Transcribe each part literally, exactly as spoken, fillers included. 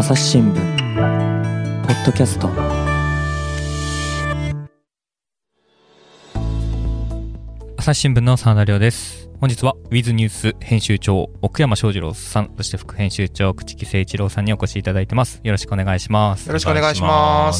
朝日新聞ポッドキャスト。 朝日新聞の澤田亮です。本日は With ニュース編集長奥山翔二郎さん、そして副編集長朽木誠一郎さんにお越しいただいてます。よろしくお願いします。 よろしくお願いします。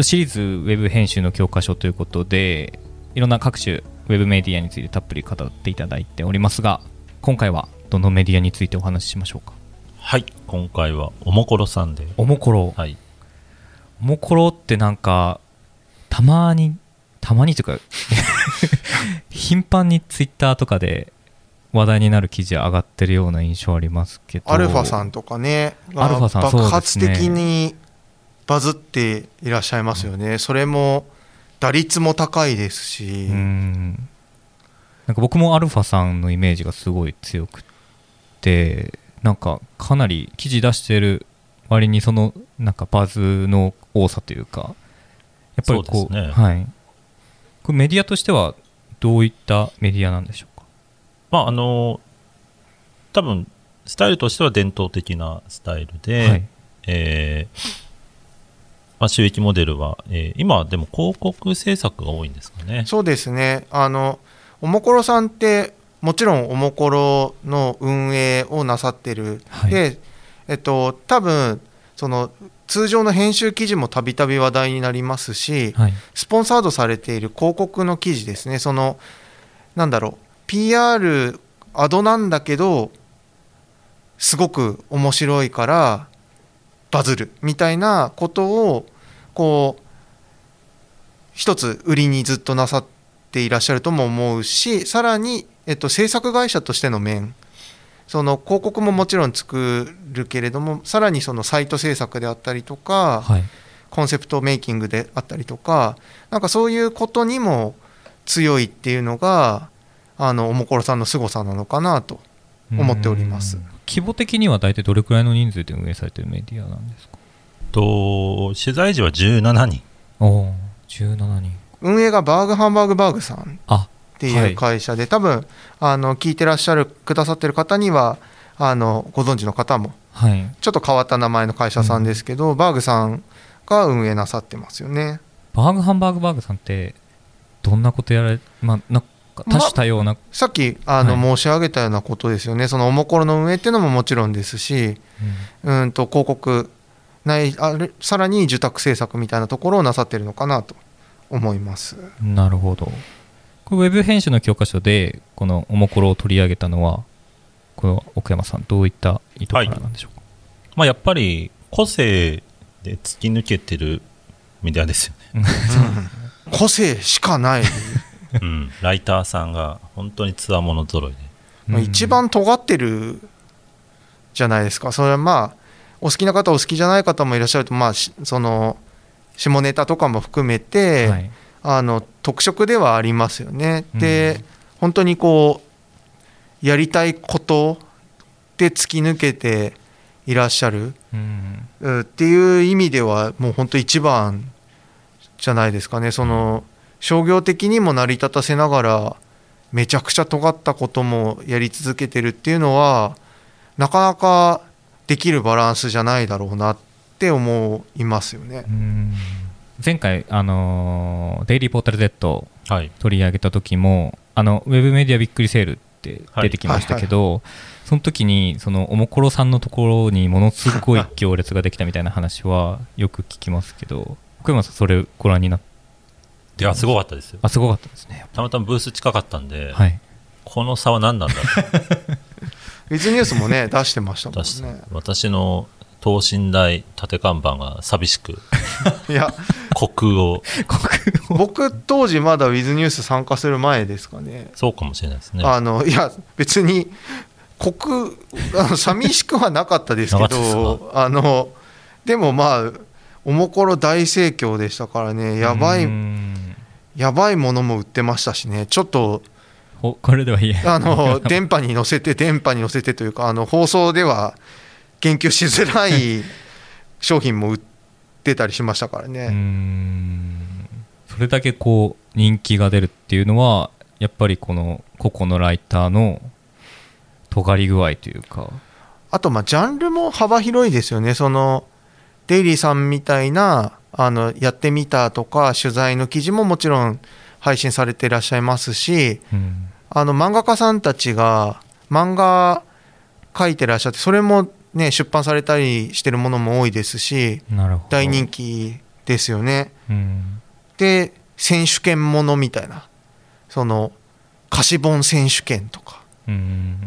シリーズウェブ編集の教科書ということで、いろんな各種ウェブメディアについてたっぷり語っていただいておりますが、今回はどのメディアについてお話ししましょうか。 はい、今回はおもころさんで。 おもころ、 はい、 おもころってなんかたまにたまにというか頻繁にツイッターとかで話題になる記事上がってるような印象ありますけど、 アルファさんとかね、 アルファさん爆発的にバズっていらっしゃいますよね、うん、それも打率も高いですし、 うーん、なんか僕もアルファさんのイメージがすごい強くて、なんかかなり記事出してる割にそのなんかバズの多さというか、やっぱりこう、 そうですね、 はい、これメディアとしてはどういったメディアなんでしょうか。 まああの多分スタイルとしては伝統的なスタイルで、はい、えーまあ、収益モデルは、えー、今はでも広告制作が多いんですかね。 そうですね、あのおもころさんってもちろんおもころの運営をなさってる、はい、で、えっと、多分その通常の編集記事もたびたび話題になりますし、はい、スポンサードされている広告の記事ですね、そのなんだろう ピーアール アドなんだけどすごく面白いからバズるみたいなことをこう一つ売りにずっとなさっていらっしゃるとも思うし、さらにえっと、制作会社としての面、その広告ももちろん作るけれども、さらにそのサイト制作であったりとか、はい、コンセプトメイキングであったりとか、なんかそういうことにも強いっていうのがあのおもころさんの凄さなのかなと思っております。 規模的には大体どれくらいの人数で運営されているメディアなんですか。 と取材時はじゅうななにん。 おじゅうななにん。 運営がバーグハンバーグバーグさんっていう会社で、はい、多分あの聞いてらっしゃるくださってる方にはあのご存知の方も、はい、ちょっと変わった名前の会社さんですけど、うん、バーグさんが運営なさってますよね。 バーグハンバーグバーグさんってどんなことやられ、まあ、なんか多種多様な、ま、 さっきあの、はい、申し上げたようなことですよね。そのおもころの運営っていうのももちろんですし、うん、うんと広告ないあれさらに受託制作みたいなところをなさってるのかなと思います。 なるほど。ウェブ編集の教科書でこのおもころを取り上げたのは、この奥山さんどういった意図からなんでしょうか。はい、まあ、やっぱり個性で突き抜けてるメディアですよね。 個性しかない、 うん、ライターさんが本当につわもの揃いで、 まあ、一番尖ってるじゃないですか。それはまあお好きな方お好きじゃない方もいらっしゃると、まあその下ネタとかも含めて、はい、あの特色ではありますよね。で、うん、本当にこうやりたいことで突き抜けていらっしゃる、うん、っていう意味ではもう本当一番じゃないですかね。その商業的にも成り立たせながらめちゃくちゃ尖ったこともやり続けてるっていうのはなかなかできるバランスじゃないだろうなって思いますよね。うん、 前回、あのー、デイリーポータル Z 取り上げた時も、はい、あのウェブメディアびっくりセールって出てきましたけど、はいはいはい、その時にそのおもころさんのところにものすごい行列ができたみたいな話はよく聞きますけど、奥山さんそれご覧になって。 いやすごかったですよ。 あ、すごかったですね。 たまたまブース近かったんで、 はい、 この差は何なんだろうウィズニュースもね出してましたもんね。 私の等身大縦看板が寂しくいや虚空を僕当時まだウィズニュース参加する前ですかね。 そうかもしれないですね。 あのいや別に虚空あの寂しくはなかったですけどあのでもまあおもころ大盛況でしたからね。やばいやばいものも売ってましたしね。ちょっとこれでは言えあの電波に乗せて電波に乗せてというか、あの放送では言及しづらい商品も売ってたりしましたからね。 うーん、それだけこう人気が出るっていうのはやっぱりこの個々のライターの尖り具合というか、 あとまあジャンルも幅広いですよね。そのデイリーさんみたいなあのやってみたとか取材の記事ももちろん配信されていらっしゃいますし、うん、あの漫画家さんたちが漫画描いてらっしゃって、それも、ね、出版されたりしてるものも多いですし、大人気ですよね、うん、で選手権ものみたいな、その菓子本選手権とか、うん、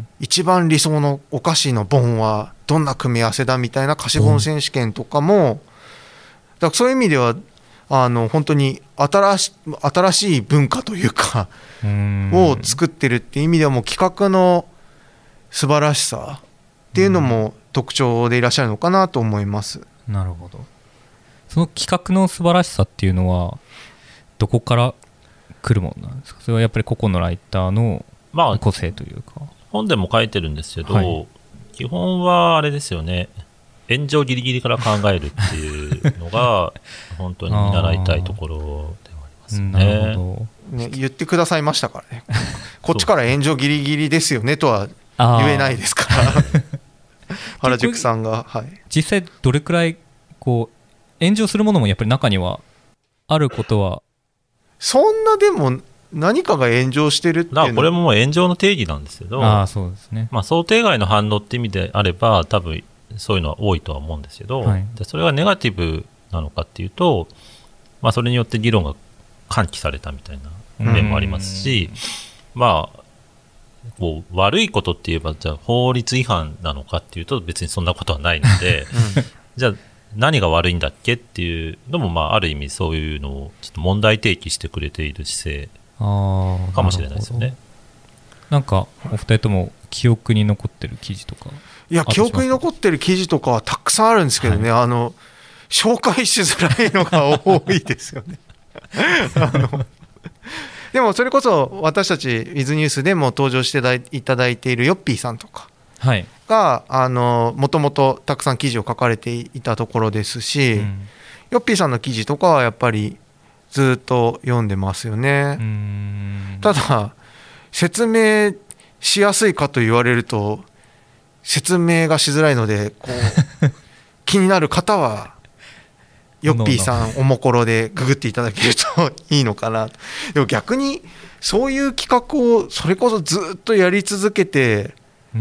一番理想のお菓子の本はどんな組み合わせだみたいな菓子本選手権とかも、だからそういう意味ではあの本当に新し、新しい文化というかを作ってるっていう意味では、もう企画の素晴らしさっていうのも特徴でいらっしゃるのかなと思います。 なるほど。その企画の素晴らしさっていうのはどこから来るものなんですか？それはやっぱり個々のライターの個性というか、まあ、 本でも書いてるんですけど、はい、基本はあれですよね、炎上ギリギリから考えるっていうのが本当に見習いたいところではありますね。なるほど、ね、言ってくださいましたからねこっちから炎上ギリギリですよねとは言えないですから原宿さんが、はい、 実際どれくらいこう炎上するものもやっぱり中にはあることは、 そんなでも何かが炎上してるっていうのはこれももう炎上の定義なんですけど、 あ、そうですね、 まあ、想定外の反応って意味であれば多分そういうのは多いとは思うんですけど、はい、でそれがネガティブなのかっていうと、まあ、それによって議論が喚起されたみたいな面もありますし、まあこう悪いことって言えばじゃあ法律違反なのかっていうと別にそんなことはないので、うん、じゃあ何が悪いんだっけっていうのも、まあ、ある意味そういうのをちょっと問題提起してくれている姿勢かもしれないですよね。 なんかお二人とも記憶に残ってる記事とか、 いや記憶に残ってる記事とかはたくさんあるんですけどね、はい、あの紹介しづらいのが多いですよねあのでもそれこそ私たちウィズニュースでも登場していただいているヨッピーさんとかが、はい、もともとたくさん記事を書かれていたところですし、うん、ヨッピーさんの記事とかはやっぱりずっと読んでますよね。うーん、ただ説明しやすいかと言われると説明がしづらいので、こう気になる方はヨッピーさんおもころでググっていただけるといいのかな。でも逆にそういう企画をそれこそずっとやり続けて、うん、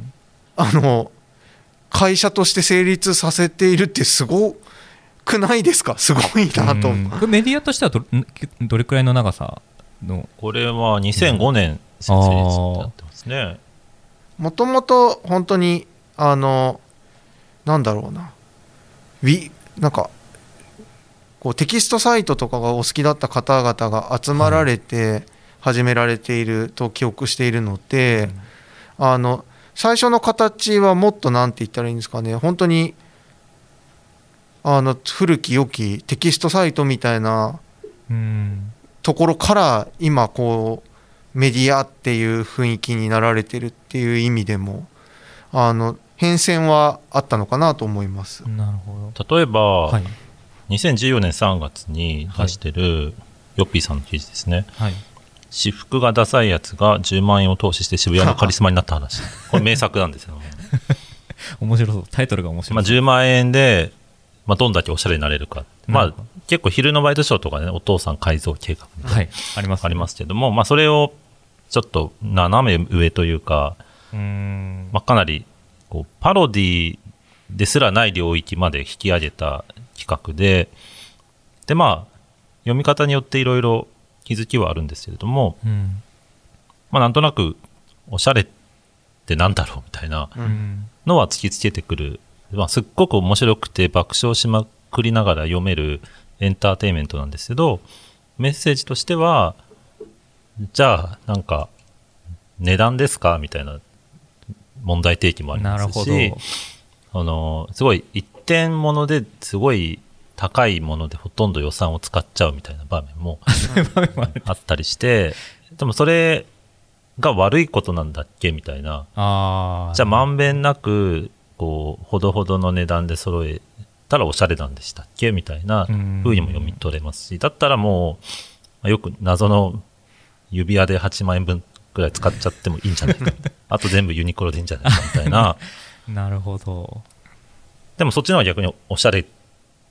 あの会社として成立させているってすごくないですか？すごいなと思う。 これメディアとしては ど, どれくらいの長さの？ これはにせんごねん設立になってますね。 もともと本当にあのなんだろうな、ウィなんかこうテキストサイトとかがお好きだった方々が集まられて始められていると記憶しているので、うん、あの最初の形はもっとなんて言ったらいいんですかね、本当にあの古き良きテキストサイトみたいなところから今こうメディアっていう雰囲気になられてるっていう意味でもあの変遷はあったのかなと思います。 なるほど。 例えば、はい、にせんじゅうよねんさんがつに出してるヨッピーさんの記事ですね、はい、私服がダサいやつがじゅうまんえんを投資して渋谷のカリスマになった話これ名作なんですよ面白そう、タイトルが面白い、 まあ、じゅうまんえんで、まあ、どんだけおしゃれになれるか、まあ、結構昼のバイトショーとかね、お父さん改造計画みたいな、はい、ありますね、ありますけども、まあ、それをちょっと斜め上というか、うーん、まあ、かなりこうパロディですらない領域まで引き上げた企画で、でまあ読み方によっていろいろ気づきはあるんですけれども、うん、まあなんとなくおしゃれってなんだろうみたいなのは突きつけてくる、まあ、すっごく面白くて爆笑しまくりながら読めるエンターテインメントなんですけど、メッセージとしてはじゃあなんか値段ですかみたいな問題提起もありますし、あのすごい一点物ですごい高いものでほとんど予算を使っちゃうみたいな場面もあったりして、でもそれが悪いことなんだっけみたいな、あ、じゃあまんべんなくこうほどほどの値段で揃えたらおしゃれなんでしたっけみたいな風にも読み取れますし、だったらもうよく謎の指輪ではちまんえんぶんぐらい使っちゃってもいいんじゃないかあと全部ユニクロでいいんじゃないかみたいななるほど。 でもそっちの方が逆におしゃれ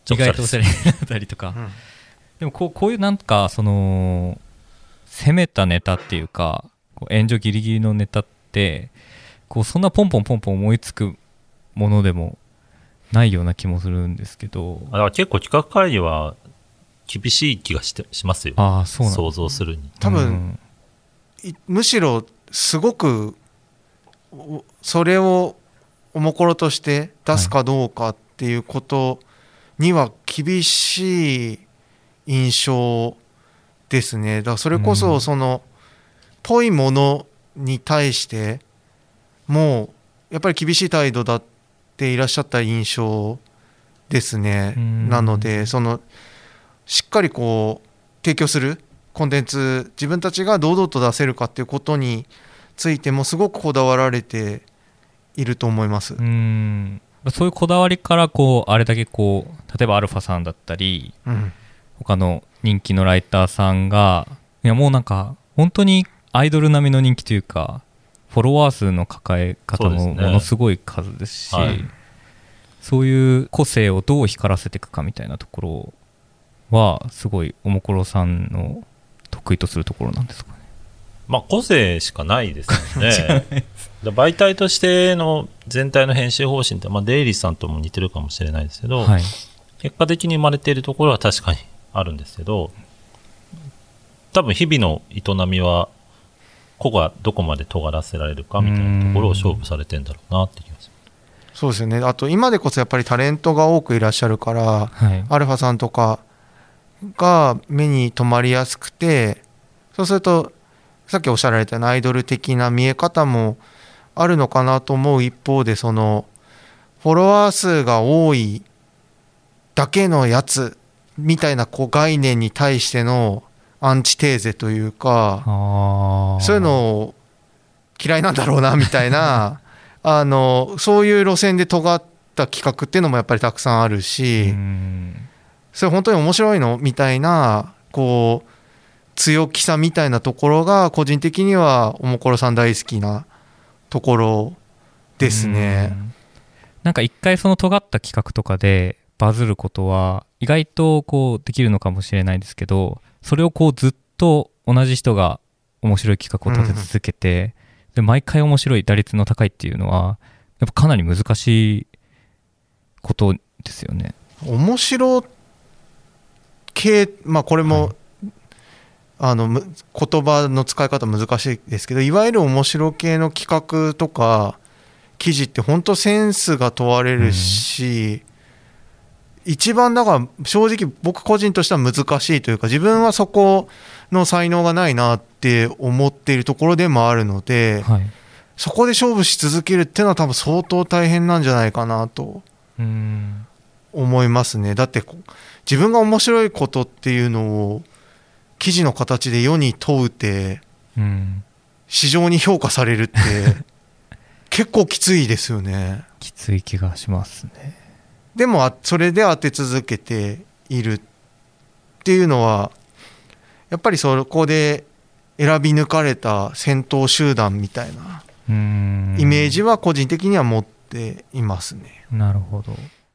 意外とおしゃれになったりとか、うん、でもこう、こういうなんかその攻めたネタっていうかこう援助ギリギリのネタってこうそんなポンポンポンポン思いつくものでもないような気もするんですけど、 だから結構企画会議は厳しい気がしてしますよ。 ああ、そうなんですね。 想像するに多分、うん、むしろすごくそれをおもころとして出すかどうかっていうことには厳しい印象ですね。だからそれこそそのぽいものに対してもうやっぱり厳しい態度だっていらっしゃった印象ですね。なのでそのしっかりこう提供するコンテンツ自分たちが堂々と出せるかっていうことについてもすごくこだわられていると思います。 うーん、そういうこだわりからこうあれだけこう例えばアルファさんだったり、うん、他の人気のライターさんがいやもうなんか本当にアイドル並みの人気というかフォロワー数の抱え方もものすごい数ですし、そうですね、はい、そういう個性をどう光らせていくかみたいなところはすごいおもころさんの得意とするところなんですかね。 まあ個性しかないですよね。媒体としての全体の編集方針って、まあ、デイリーさんとも似てるかもしれないですけど、はい、結果的に生まれているところは確かにあるんですけど、多分日々の営みは個がどこまで尖らせられるかみたいなところを勝負されてるんだろうなって気がします。 そうですよね。あと今でこそやっぱりタレントが多くいらっしゃるから、はい、アルファさんとかが目に留まりやすくて、そうするとさっきおっしゃられたようなアイドル的な見え方もあるのかなと思う一方で、そのフォロワー数が多いだけのやつみたいなこう概念に対してのアンチテーゼというか、そういうの嫌いなんだろうなみたいなあのそういう路線で尖った企画っていうのもやっぱりたくさんあるし、それ本当に面白いのみたいなこう強気さみたいなところが個人的にはおもころさん大好きなところですね。 うん、なんか一回その尖った企画とかでバズることは意外とこうできるのかもしれないですけど、それをこうずっと同じ人が面白い企画を立て続けて、うん、で毎回面白い打率の高いっていうのはやっぱかなり難しいことですよね。 面白系、まあこれも、はい、あの言葉の使い方難しいですけど、いわゆる面白系の企画とか記事って本当センスが問われるし、うん、一番だから正直僕個人としては難しいというか、自分はそこの才能がないなって思っているところでもあるので、はい、そこで勝負し続けるっていうのは多分相当大変なんじゃないかなと思いますね。だって自分が面白いことっていうのを記事の形で世に問うて、うん、市場に評価されるって結構きついですよね。 きつい気がしますね。 でもそれで当て続けているっていうのはやっぱりそこで選び抜かれた先頭集団みたいなイメージは個人的には持っていますね。 なるほど。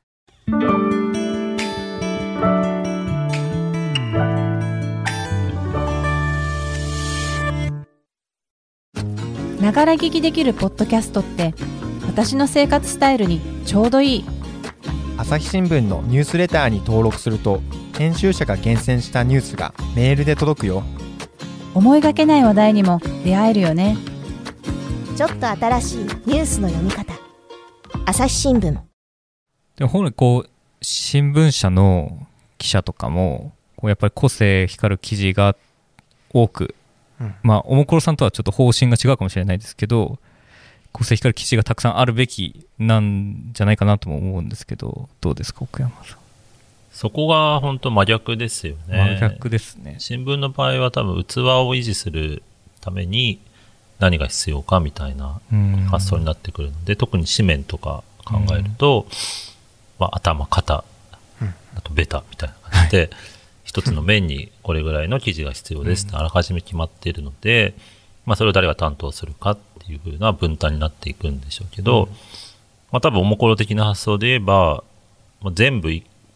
ながら聞きできるポッドキャストって私の生活スタイルにちょうどいい。 朝日新聞のニュースレターに登録すると編集者が厳選したニュースがメールで届くよ。 思いがけない話題にも出会えるよね。 ちょっと新しいニュースの読み方、朝日新聞。 でも本来こう新聞社の記者とかもこうやっぱり個性光る記事が多く、うん、まあおもころさんとはちょっと方針が違うかもしれないですけど、個性光る記事がたくさんあるべきなんじゃないかなとも思うんですけど、どうですか奥山さん。 そこが本当真逆ですよね。 真逆ですね。 新聞の場合は多分器を維持するために何が必要かみたいな発想になってくるので、特に紙面とか考えると、まあ、頭肩あとベタみたいな感じで、はい、一つの面にこれぐらいの記事が必要ですってあらかじめ決まっているので、まあ、それを誰が担当するかっていう風な分担になっていくんでしょうけど、うん、まあ、多分おもころ的な発想で言えば、まあ、全部一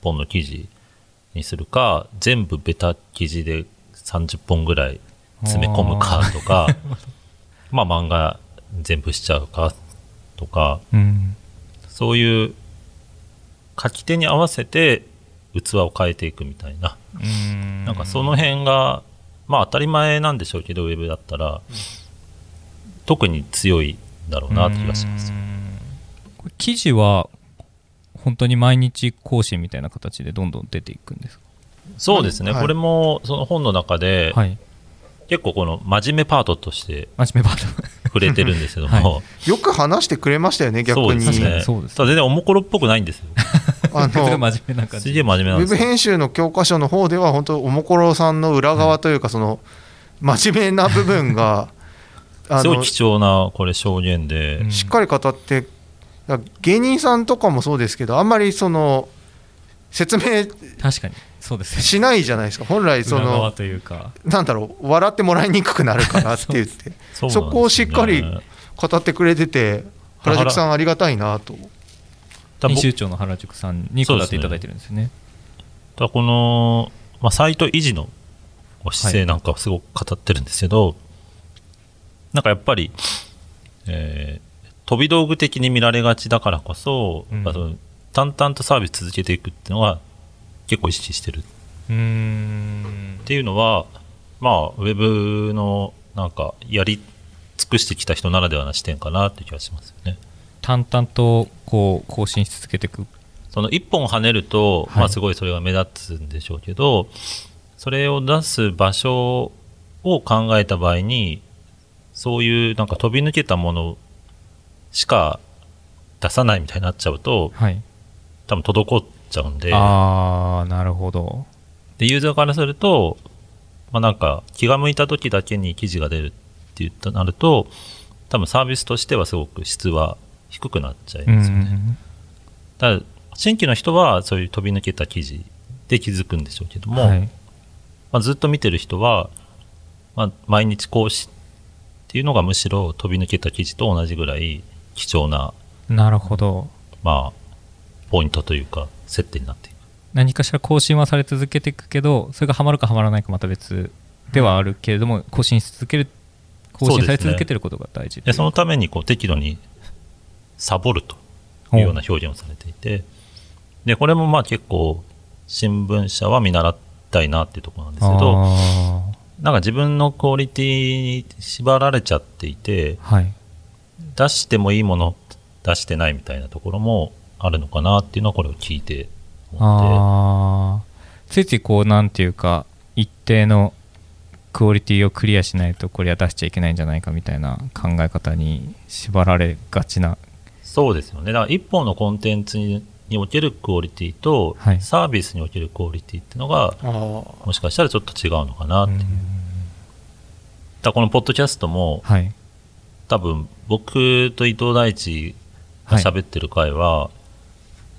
ぽんの記事にするか、全部ベタ記事でさんじゅっぽんぐらい詰め込むかとかまあ漫画全部しちゃうかとか、うん、そういう書き手に合わせて器を変えていくみたいな、うーん、なんかその辺がまあ当たり前なんでしょうけど、ウェブだったら、うん、特に強いだろうなって気がします。 これ記事は本当に毎日更新みたいな形でどんどん出ていくんですか？ そうですね、はい、これもその本の中で、はい、結構この真面目パートとして真面目パート触れてるんですけども、はい、 よく話してくれましたよね、逆に。 そうですね、そうです。ただ全然おもころっぽくないんですよあの真面目な感じ。 すげえ真面目なんですよ。 ウェブ編集の教科書の方では本当おもころさんの裏側というか、その真面目な部分があのすごい貴重なこれ証言で、 うん、しっかり語って、芸人さんとかもそうですけど、あんまりその説明確かにそうです、ね、 しないじゃないですか。本来その裏側というか、 なんだろう、笑ってもらいにくくなるからって言ってそ, そこをしっかり語ってくれてて、原宿さんありがたいなと。 編集長の原宿さんに語っていただいてるんですよね。 だこの、まあ、サイト維持の姿勢なんかをすごく語ってるんですけど、はい、なんかやっぱり、えー、飛び道具的に見られがちだからこそ、うん、その淡々とサービス続けていくっていうのは結構意識してる。うーんっていうのは、まあ、ウェブのなんかやり尽くしてきた人ならではな視点かなっていう気がしますよね。 淡々とこう更新し続けていく。 その一本跳ねると、はい、まあ、すごいそれが目立つんでしょうけど、それを出す場所を考えた場合に、そういうなんか飛び抜けたものしか出さないみたいになっちゃうと、はい、多分滞っちゃうんで。 ああ、なるほど。 でユーザーからすると、まあ、なんか気が向いた時だけに記事が出るってなると、多分サービスとしてはすごく質は低くなっちゃいますよね。うん、ただ新規の人はそういう飛び抜けた記事で気づくんでしょうけども、はい、まあ、ずっと見てる人は、まあ、毎日更新っていうのがむしろ飛び抜けた記事と同じぐらい貴重な、 なるほど、 まあ、ポイントというか接点になっていく。 何かしら更新はされ続けていくけど、それがハマるかハマらないかまた別ではあるけれども、うん、更新し続ける更新され続けてることが大事で、 そのためにこう適度にサボるというような表現をされていて、でこれもまあ結構新聞社は見習ったいなっていうところなんですけど、なんか自分のクオリティに縛られちゃっていて、はい、出してもいいもの出してないみたいなところもあるのかなっていうのはこれを聞いて思って、 あ、ついついこうなんていうか一定のクオリティをクリアしないとこれは出しちゃいけないんじゃないかみたいな考え方に縛られがちな。 そうですよね。だから一本のコンテンツににおけるクオリティと、はい、サービスにおけるクオリティっていうのがもしかしたらちょっと違うのかなっていう。だこのポッドキャストも、はい、多分僕と伊藤大地が喋ってる回は、はい、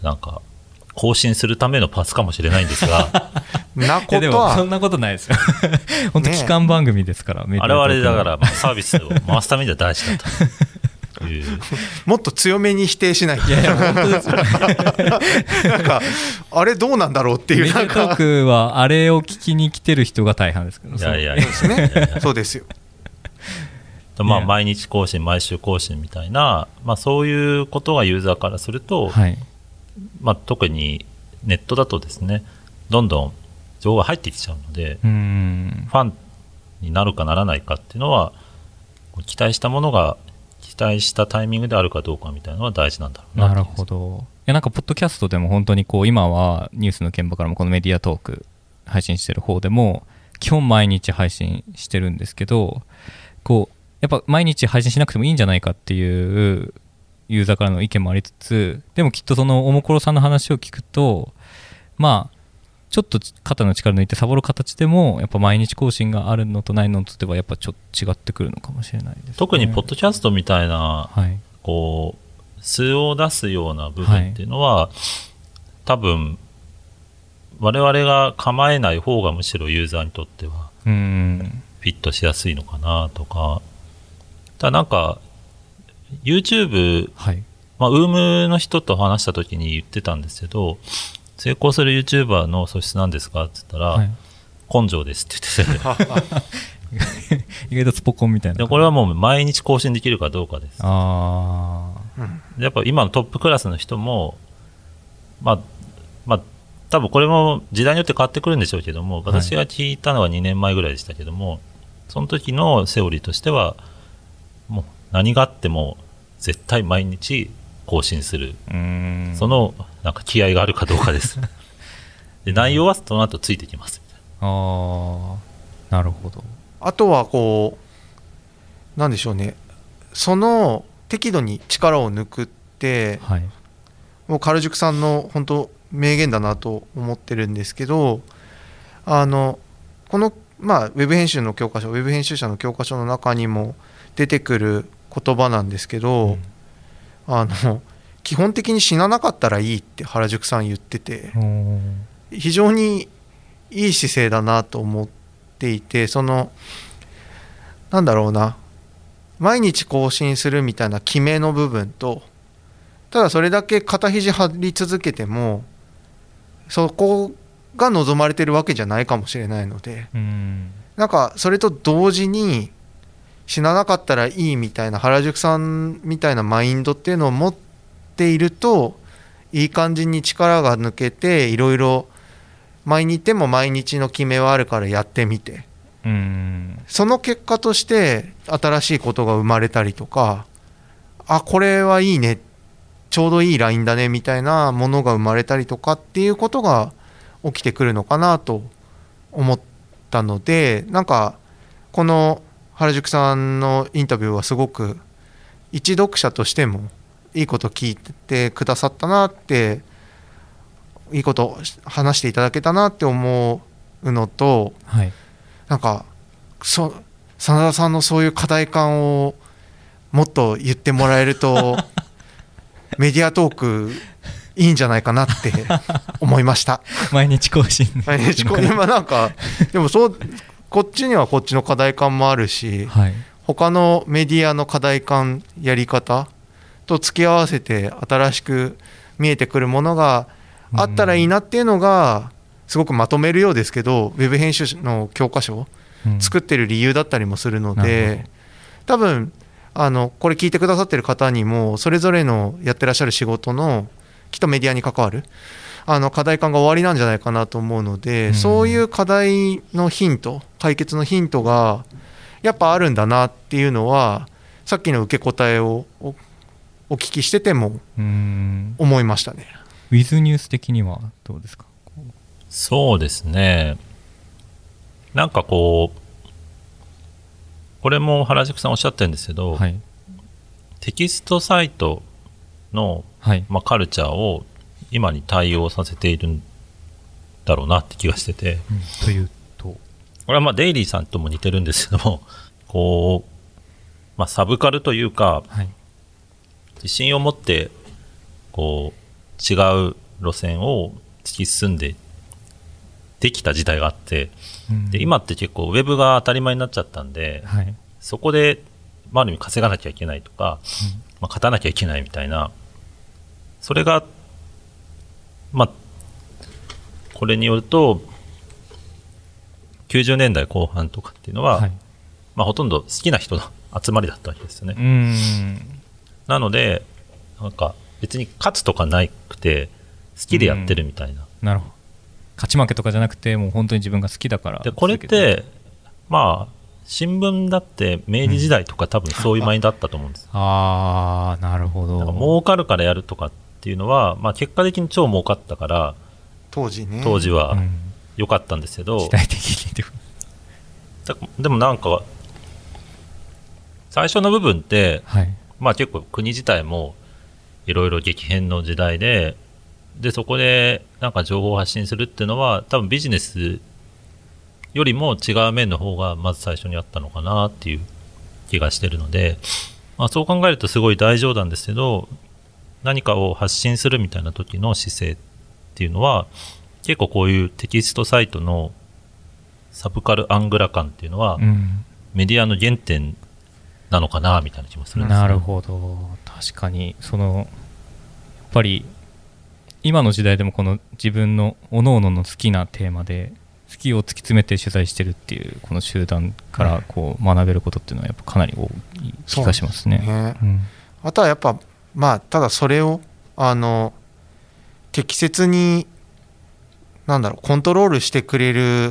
なんか更新するためのパスかもしれないんですがなことはでもそんなことないですよ本当基幹番組ですから、 ね、あれはあれだから、まあ、サービスを回すためには大事だともっと強めに否定しないと。 いやいや本当ですよなんかあれどうなんだろうっていう。 メディアトークはあれを聞きに来てる人が大半ですけど。 いやいやいやそうですね。そうですよ。 まあ毎日更新毎週更新みたいな、まあ、そういうことがユーザーからすると、はい、まあ、特にネットだとですね、どんどん情報が入ってきちゃうので、うーん、ファンになるかならないかっていうのは期待したものが期待したタイミングであるかどうかみたいなのは大事なんだろうな。 なるほど。いやなんかポッドキャストでも本当にこう今はニュースの現場からもこのメディアトーク配信してる方でも基本毎日配信してるんですけど、こうやっぱ毎日配信しなくてもいいんじゃないかっていうユーザーからの意見もありつつ、でもきっとそのおもころさんの話を聞くと、まあちょっと肩の力抜いてサボる形でもやっぱ毎日更新があるのとないのとではやっぱちょっと違ってくるのかもしれないですね。 特にポッドキャストみたいな、はい、こう数を出すような部分っていうのは、はい、多分我々が構えない方がむしろユーザーにとってはフィットしやすいのかなとか。ただなんか YouTube、はい、まあ、ウームの人と話した時に言ってたんですけど、 成功する YouTuber の素質なんですかって言ったら、はい、根性ですって言ってて意外とスポコンみたいな。 でこれはもう毎日更新できるかどうかです。 あでやっぱ今のトップクラスの人もまあまあ多分これも時代によって変わってくるんでしょうけども、私が聞いたのはにねんまえぐらいでしたけども、はい、その時のセオリーとしてはもう何があっても絶対毎日更新する、うーん、そのなんか気合があるかどうかですで内容はその後ついてきますみたいな。 ああ、なるほど。 あとはこうなんでしょうね、その適度に力を抜くって、はい、もうカルジュクさんの本当名言だなと思ってるんですけど、あのこの、まあ、ウェブ編集の教科書ウェブ編集者の教科書の中にも出てくる言葉なんですけど、うん、あの基本的に死ななかったらいいって原宿さん言ってて、非常にいい姿勢だなと思っていて、そのなんだろうな、毎日更新するみたいな決めの部分と、ただそれだけ肩肘張り続けてもそこが望まれてるわけじゃないかもしれないので、うん、なんかそれと同時に死ななかったらいいみたいな原宿さんみたいなマインドっていうのを持っていると、いい感じに力が抜けて、いろいろ毎日でも毎日の決めはあるからやってみて、うん、その結果として新しいことが生まれたりとか、あこれはいいね、ちょうどいいラインだねみたいなものが生まれたりとかっていうことが起きてくるのかなと思ったので、なんかこの原宿さんのインタビューはすごく一読者としてもいいこと聞いてくださったなって、いいこと話していただけたなって思うのと、はい、なんかそ真田さんのそういう課題感をもっと言ってもらえるとメディアトークいいんじゃないかなって思いました毎日更新毎日更新、まあなんかでもそうこっちにはこっちの課題感もあるし、はい、他のメディアの課題感やり方と付き合わせて新しく見えてくるものがあったらいいなっていうのがすごくまとめるようですけど、ウェブ編集の教科書を作ってる理由だったりもするので、うん、多分あのこれ聞いてくださってる方にもそれぞれのやってらっしゃる仕事のきっとメディアに関わるあの課題感が終わりなんじゃないかなと思うので、うん、そういう課題のヒント、解決のヒントがやっぱあるんだなっていうのは、さっきの受け答えを お, お聞きしてても思いましたね。 ウィズニュース的にはどうですか？ そうですね、なんかこうこれも原宿さんおっしゃってるんですけど、はい、テキストサイトの、はいまあ、カルチャーを今に対応させているんだろうなって気がしてて、 うん、というとこれはまあデイリーさんとも似てるんですけども、こう、まあ、サブカルというか、はい、自信を持ってこう違う路線を突き進んでできた時代があって、うん、で今って結構ウェブが当たり前になっちゃったんで、はい、そこで、まあ、ある意味稼がなきゃいけないとか、うんまあ、勝たなきゃいけないみたいな、それがまあこれによるときゅうじゅうねんだいこう半とかっていうのは、はいまあ、ほとんど好きな人の集まりだったわけですよね。うんなのでなんか別に勝つとかなくて好きでやってるみたいな、 なるほど、勝ち負けとかじゃなくてもう本当に自分が好きだからで、これってまあ新聞だって明治時代とか多分そういうマインドだったと思うんです、 うん、ああなるほど。 なんか儲かるからやるとかっていうのは、まあ、結果的に超儲かったから当時ね当時は良かったんですけど、うん、 時代的にでもなんか最初の部分って、はい、まあ結構国自体もいろいろ激変の時代で、でそこでなんか情報を発信するっていうのは多分ビジネスよりも違う面の方がまず最初にあったのかなっていう気がしてるので、まあ、そう考えるとすごい大冗談ですけど、何かを発信するみたいな時の姿勢っていうのは結構こういうテキストサイトのサブカルアングラ感っていうのは、うん、メディアの原点なのかなみたいな気もするんですよ。 なるほど、確かにそのやっぱり今の時代でもこの自分の各々の好きなテーマで好きを突き詰めて取材してるっていうこの集団からこう学べることっていうのはやっぱかなり多い気がしますね。 ね、 うん、 あとはやっぱまあただそれをあの適切になんだろうコントロールしてくれる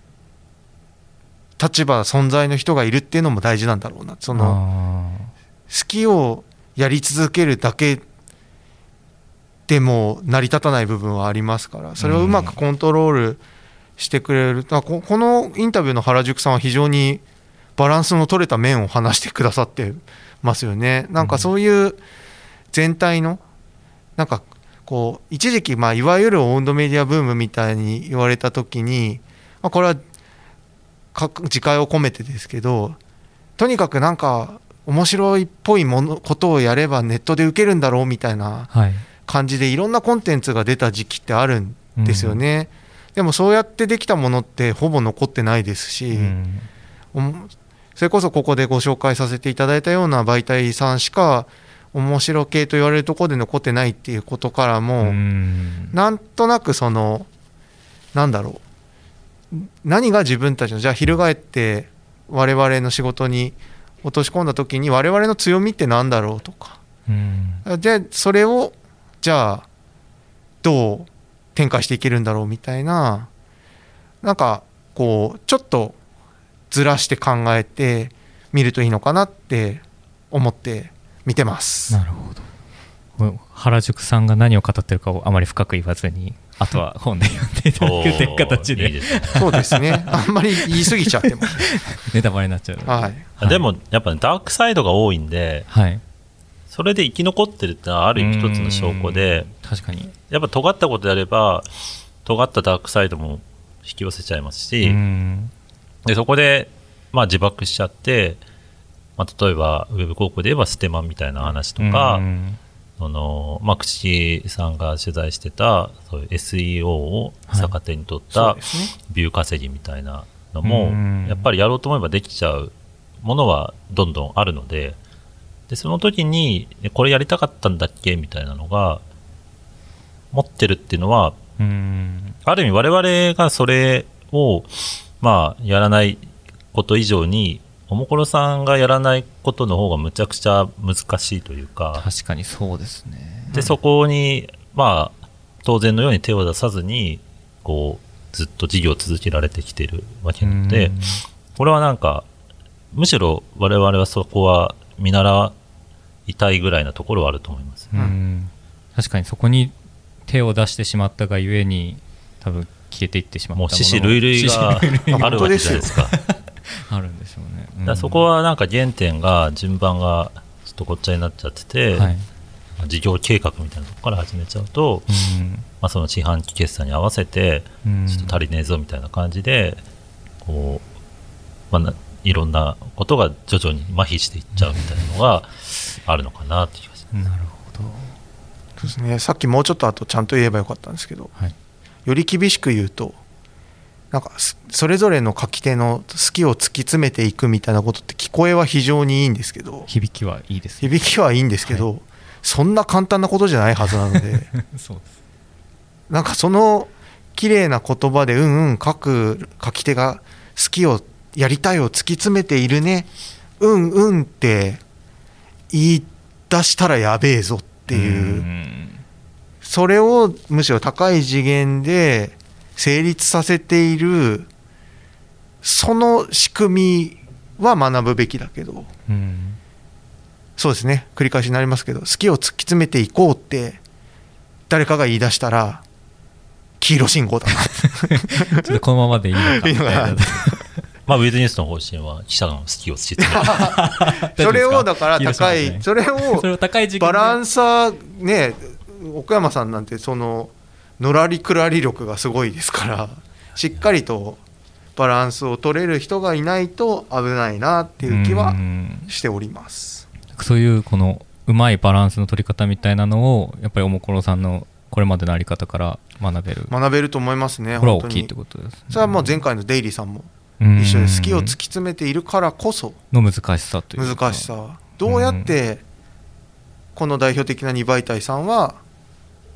立場存在の人がいるっていうのも大事なんだろうな。その好きをやり続けるだけでも成り立たない部分はありますから、それをうまくコントロールしてくれる、ここのインタビューの原宿さんは非常にバランスの取れた面を話してくださってますよね。なんかそういう全体のなんかこう一時期まあいわゆるオウンドメディアブームみたいに言われた時に、まあ、これは自戒を込めてですけど、とにかくなんか面白いっぽいものことをやればネットで受けるんだろうみたいな感じでいろんなコンテンツが出た時期ってあるんですよね、うん、でもそうやってできたものってほぼ残ってないですし、うん、それこそここでご紹介させていただいたような媒体さんしか面白系と言われるところで残ってないっていうことからも、うん、なんとなくそのなんだろう何が自分たちのじゃあ翻って我々の仕事に落とし込んだ時に我々の強みって何だろうとか、うん、でそれをじゃあどう展開していけるんだろうみたいな、なんかこうちょっとずらして考えてみるといいのかなって思って見てます。 なるほど。原宿さんが何を語ってるかをあまり深く言わずに、あとは本で読んでいただくという形でいいです、ね、 そうですね。あんまり言い過ぎちゃってもネタバレになっちゃう、 はいはい、でもやっぱ、ね、ダークサイドが多いんで、はい、それで生き残ってるってのはある意味一つの証拠で、 確かにやっぱ尖ったことであれば尖ったダークサイドも引き寄せちゃいますし、でそこでまあ自爆しちゃって、まあ、例えばウェブ広告で言えばステマみたいな話とか、そのまあ、口さんが取材してたそういう エスイーオー を逆手に取ったビュー稼ぎみたいなのもやっぱりやろうと思えばできちゃうものはどんどんあるので、でその時にこれやりたかったんだっけみたいなのが持ってるっていうのは、ある意味我々がそれをまあやらないこと以上におもころさんがやらないことの方がむちゃくちゃ難しいというか、 確かにそうですね。 でそこにまあ当然のように手を出さずにこうずっと事業を続けられてきているわけなので、これはなんかむしろ我々はそこは見習いたいぐらいなところはあると思います、うん、 確かにそこに手を出してしまったがゆえに多分消えていってしまったものもう死々類々があるわけじゃないですかあるんでしょうね、うん、 だそこはなんか原点が順番がちょっとごっちゃになっちゃってて、はい、事業計画みたいなところから始めちゃうと、うんまあ、その四半期決算に合わせてちょっと足りねえぞみたいな感じでこう、まあ、いろんなことが徐々に麻痺していっちゃうみたいなのがあるのかなっていう気がします。 なるほど。 そうですね、さっきもうちょっとあとちゃんと言えばよかったんですけど、はい、より厳しく言うとなんかそれぞれの書き手の好きを突き詰めていくみたいなことって聞こえは非常にいいんですけど、 響きはいいです、 ね、響きはいいんですけど、はい、そんな簡単なことじゃないはずなのでそうです。 なんかその綺麗な言葉でうんうん書く書き手が好きをやりたいを突き詰めているねうんうんって言い出したらやべえぞっていう、うん、それをむしろ高い次元で成立させているその仕組みは学ぶべきだけど、うん、そうですね、繰り返しになりますけど好きを突き詰めていこうって誰かが言い出したら黄色信号だなちょっとこのままでいいのかみたいなまあ、ウェブニュースの方針は記者の好きを突き詰めるそれをだから高い、それをバランサーね、奥山さんなんてそののらりくらり力がすごいですから、しっかりとバランスを取れる人がいないと危ないなっていう気はしております。 そういうこのうまいバランスの取り方みたいなのをやっぱりおもころさんのこれまでのあり方から学べる学べると思いますね。 これは大きいってことですね。 それはもう前回のデイリーさんも一緒で好きを突き詰めているからこその難しさという難しさ、どうやってこの代表的なに媒体さんは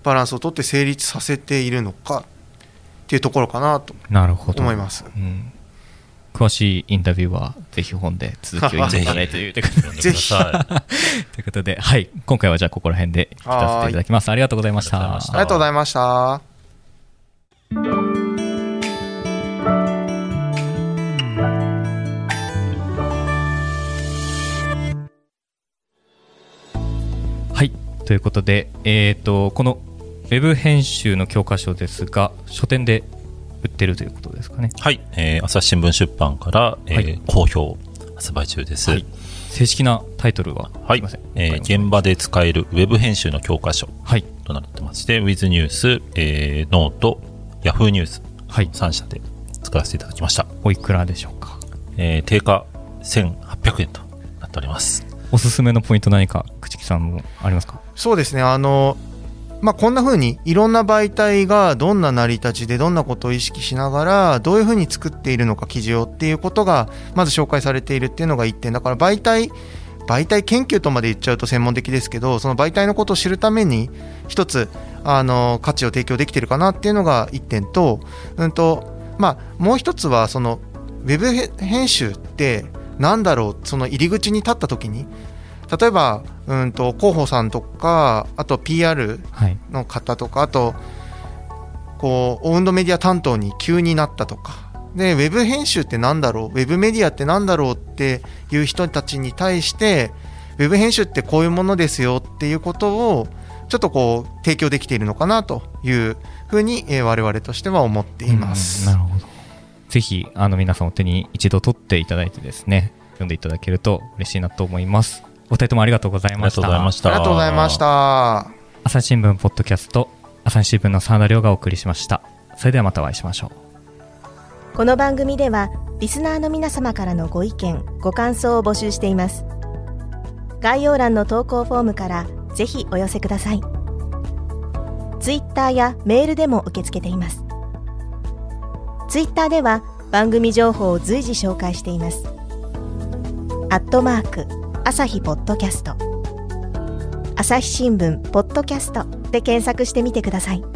バランスをとって成立させているのかっていうところかなと思います。 うん、詳しいインタビューはぜひ本で続きを読んでいただいているということでぜひということで、はい、今回はじゃあここら辺で聞かせていただきます。ありがとうございました。 ありがとうございました。 はい、ということで、えー、とこのウェブ編集の教科書ですが、書店で売ってるということですかね。 はい、えー、朝日新聞出版から、えーはい、好評発売中です。はい、 正式なタイトルは、 はい、えー、現場で使えるウェブ編集の教科書となってまして、はい、With News、えー、ノート、Yahoo ニュース、はい、さん社で作らせていただきました。 おいくらでしょうか。 えー、定価せんはっぴゃくえんとなっております。 おすすめのポイント何か朽木さんもありますか。 そうですね、あの、まあ、こんな風にいろんな媒体がどんな成り立ちでどんなことを意識しながらどういう風に作っているのか記事をっていうことがまず紹介されているっていうのがいってんだから、媒体媒体研究とまで言っちゃうと専門的ですけど、その媒体のことを知るために一つあの価値を提供できているかなっていうのがいってんと、うんとまあ、もう一つはそのウェブ編集ってなんだろう、その入り口に立った時に例えば、うんと広報さんとか、あと ピーアール の方とか、はい、あとこうオウンドメディア担当に急になったとかで、ウェブ編集ってなんだろう、ウェブメディアってなんだろうっていう人たちに対してウェブ編集ってこういうものですよっていうことをちょっとこう提供できているのかなというふうに、えー、我々としては思っています。 なるほど。ぜひあの皆さんお手に一度取っていただいてですね、読んでいただけると嬉しいなと思います。お二人ともありがとうございました。 ありがとうございました。 ありがとうございました。 朝日新聞ポッドキャスト、朝日新聞の真田亮がお送りしました。それではまたお会いしましょう。 この番組ではリスナーの皆様からのご意見ご感想を募集しています。概要欄の投稿フォームからぜひお寄せください。ツイッターやメールでも受け付けています。ツイッターでは番組情報を随時紹介しています。アットマーク朝日ポッドキャスト、朝日新聞ポッドキャストで検索してみてください。